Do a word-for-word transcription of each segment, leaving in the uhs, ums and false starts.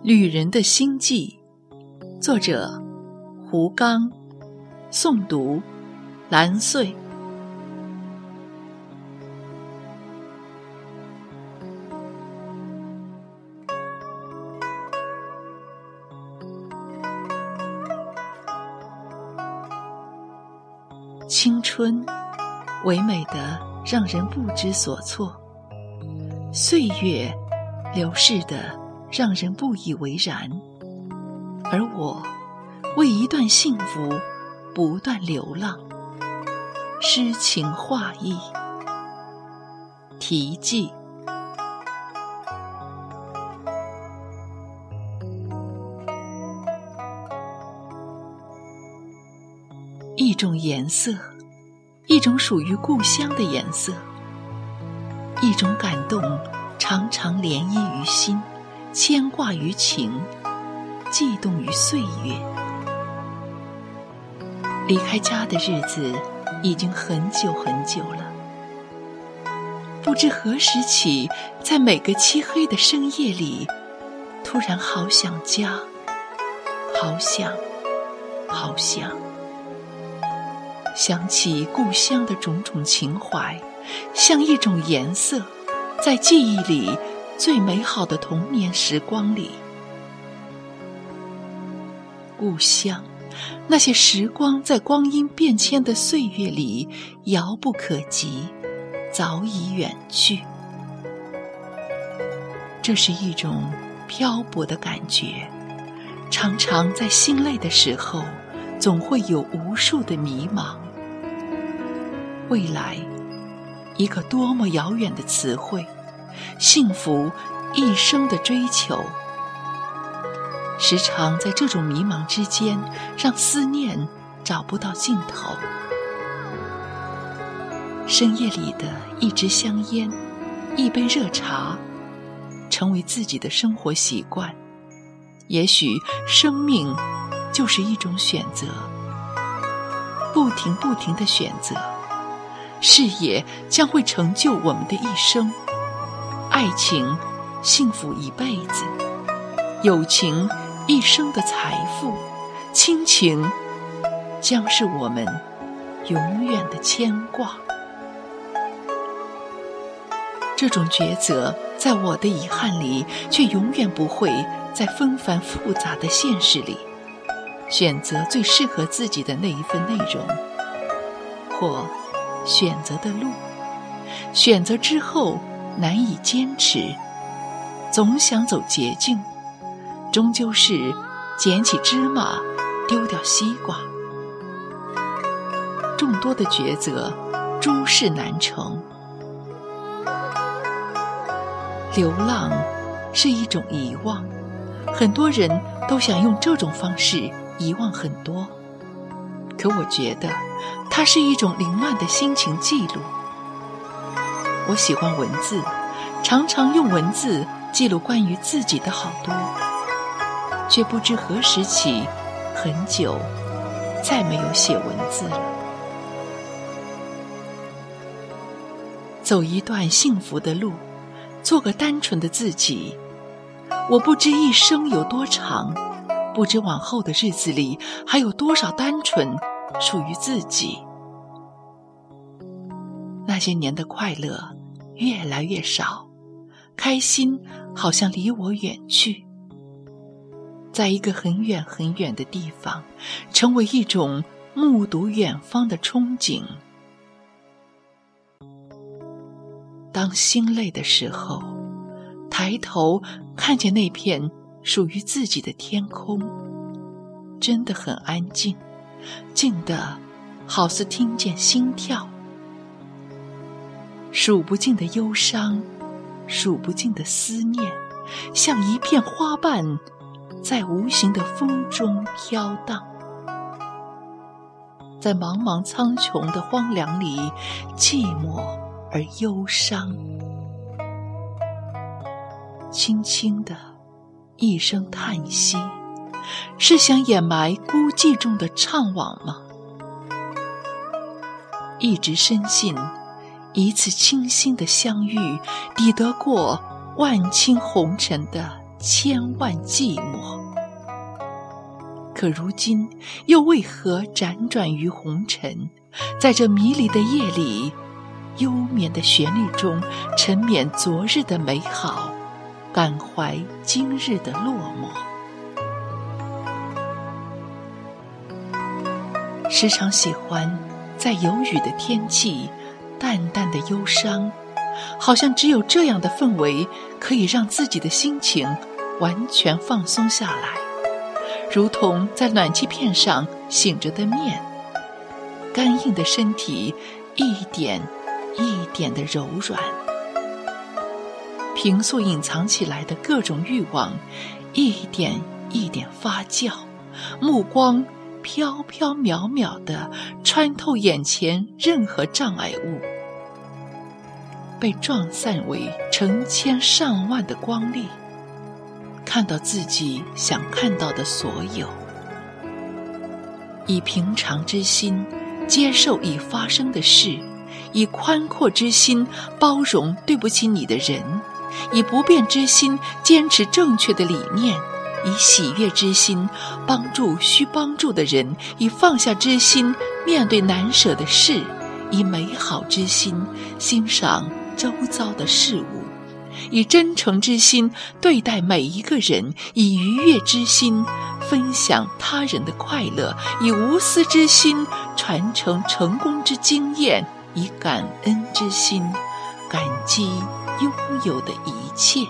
旅人的心迹，作者胡刚，诵读蓝穗。青春唯美的让人不知所措，岁月流逝的让人不以为然，而我为一段幸福不断流浪。诗情画意，题记。一种颜色，一种属于故乡的颜色，一种感动常常涟漪于心，牵挂于情，悸动于岁月。离开家的日子已经很久很久了，不知何时起，在每个漆黑的深夜里，突然好想家，好想好想。想起故乡的种种情怀，像一种颜色，在记忆里最美好的童年时光里。故乡，那些时光在光阴变迁的岁月里遥不可及，早已远去。这是一种漂泊的感觉，常常在心累的时候，总会有无数的迷茫。未来，一个多么遥远的词汇，幸福一生的追求。时常在这种迷茫之间，让思念找不到尽头。深夜里的一支香烟，一杯热茶，成为自己的生活习惯。也许生命就是一种选择，不停不停的选择。事业将会成就我们的一生，爱情幸福一辈子，友情一生的财富，亲情将是我们永远的牵挂。这种抉择在我的遗憾里，却永远不会在纷繁复杂的现实里选择最适合自己的那一份内容，或选择的路，选择之后难以坚持，总想走捷径，终究是捡起芝麻丢掉西瓜。众多的抉择，诸事难成。流浪是一种遗忘，很多人都想用这种方式遗忘很多，可我觉得它是一种凌乱的心情记录。我喜欢文字，常常用文字记录关于自己的好多，却不知何时起，很久再没有写文字了。走一段幸福的路，做个单纯的自己。我不知一生有多长，不知往后的日子里还有多少单纯属于自己。那些年的快乐越来越少，开心好像离我远去，在一个很远很远的地方，成为一种目睹远方的憧憬。当心累的时候，抬头看见那片属于自己的天空，真的很安静，静得好似听见心跳。数不尽的忧伤，数不尽的思念，像一片花瓣在无形的风中飘荡。在茫茫苍穹的荒凉里，寂寞而忧伤。轻轻的一声叹息，是想掩埋孤寂中的怅惘吗？一直深信一次清新的相遇，抵得过万顷红尘的千万寂寞。可如今又为何辗转于红尘，在这迷离的夜里，幽绵的旋律中沉湎昨日的美好，感怀今日的落寞。时常喜欢在有雨的天气，淡淡的忧伤，好像只有这样的氛围可以让自己的心情完全放松下来，如同在暖气片上醒着的面，干硬的身体一点一点的柔软，平素隐藏起来的各种欲望一点一点发酵，目光飘飘渺渺地穿透眼前任何障碍物，被撞散为成千上万的光粒，看到自己想看到的所有，以平常之心接受已发生的事，以宽阔之心包容对不起你的人，以不变之心坚持正确的理念，以喜悦之心帮助需帮助的人，以放下之心面对难舍的事，以美好之心欣赏周遭的事物，以真诚之心对待每一个人，以愉悦之心分享他人的快乐，以无私之心传承成功之经验，以感恩之心感激拥有的一切。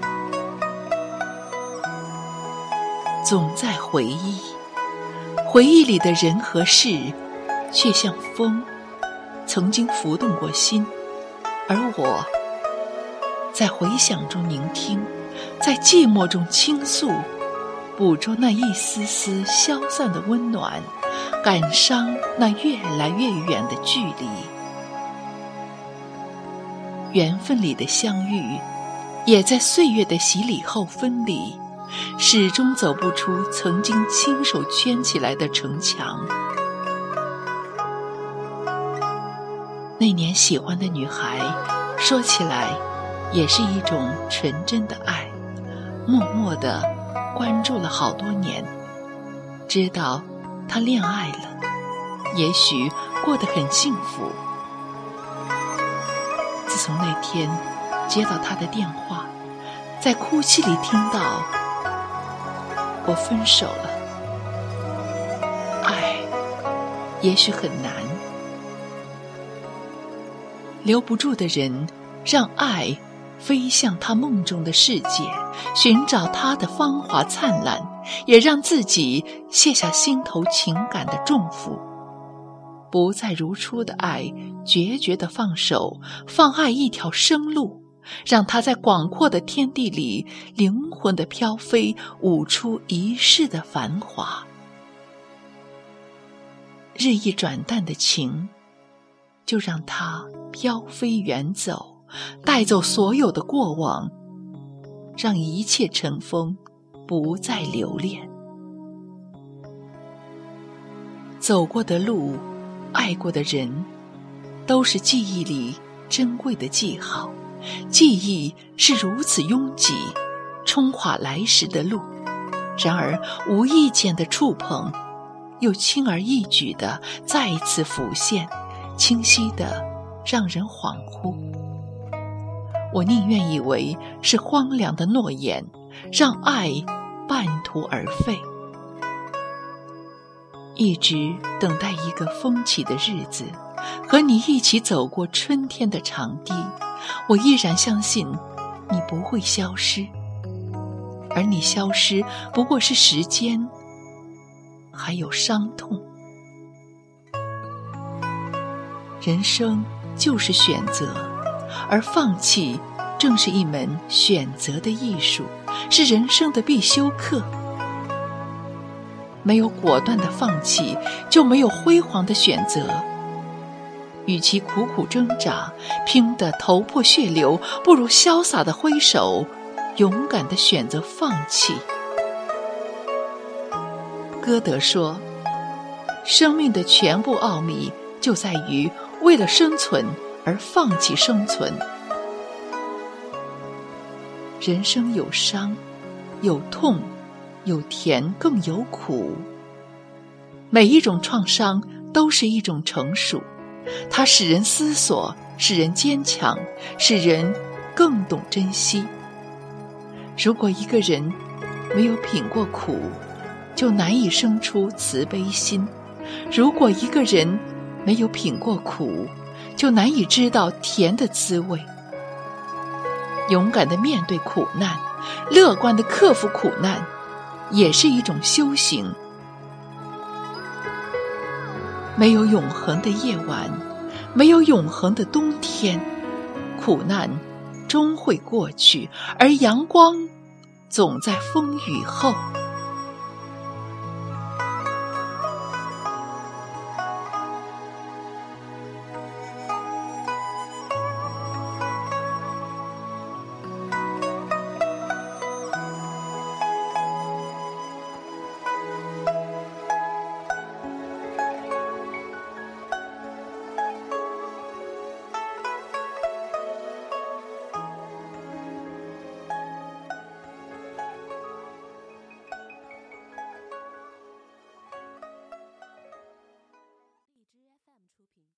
总在回忆，回忆里的人和事却像风，曾经浮动过心，而我在回响中聆听，在寂寞中倾诉，捕捉那一丝丝消散的温暖，感伤那越来越远的距离。缘分里的相遇，也在岁月的洗礼后分离，始终走不出曾经亲手圈起来的城墙。那年喜欢的女孩，说起来也是一种纯真的爱，默默地关注了好多年，知道她恋爱了，也许过得很幸福。自从那天接到她的电话，在哭泣里听到我分手了。爱也许很难，留不住的人，让爱飞向他梦中的世界，寻找他的芳华灿烂，也让自己卸下心头情感的重负，不再如初的爱，决绝地放手，放爱一条生路，让它在广阔的天地里灵魂的飘飞，舞出一世的繁华。日益转淡的情，就让它飘飞远走，带走所有的过往，让一切尘封，不再留恋。走过的路，爱过的人，都是记忆里珍贵的记号。记忆是如此拥挤，冲垮来时的路，然而无意间的触碰，又轻而易举地再一次浮现，清晰地让人恍惚。我宁愿以为是荒凉的诺言，让爱半途而废。一直等待一个风起的日子，和你一起走过春天的长堤，我依然相信你不会消失，而你消失不过是时间，还有伤痛。人生就是选择，而放弃正是一门选择的艺术，是人生的必修课。没有果断的放弃，就没有辉煌的选择。与其苦苦挣扎，拼得头破血流，不如潇洒的挥手，勇敢地选择放弃。歌德说，生命的全部奥秘就在于为了生存而放弃生存。人生有伤， 有痛，有甜，更有苦。每一种创伤都是一种成熟，它使人思索，使人坚强，使人更懂珍惜。如果一个人没有品过苦，就难以生出慈悲心；如果一个人没有品过苦，就难以知道甜的滋味。勇敢地面对苦难，乐观地克服苦难，也是一种修行。没有永恒的夜晚，没有永恒的冬天，苦难终会过去，而阳光总在风雨后。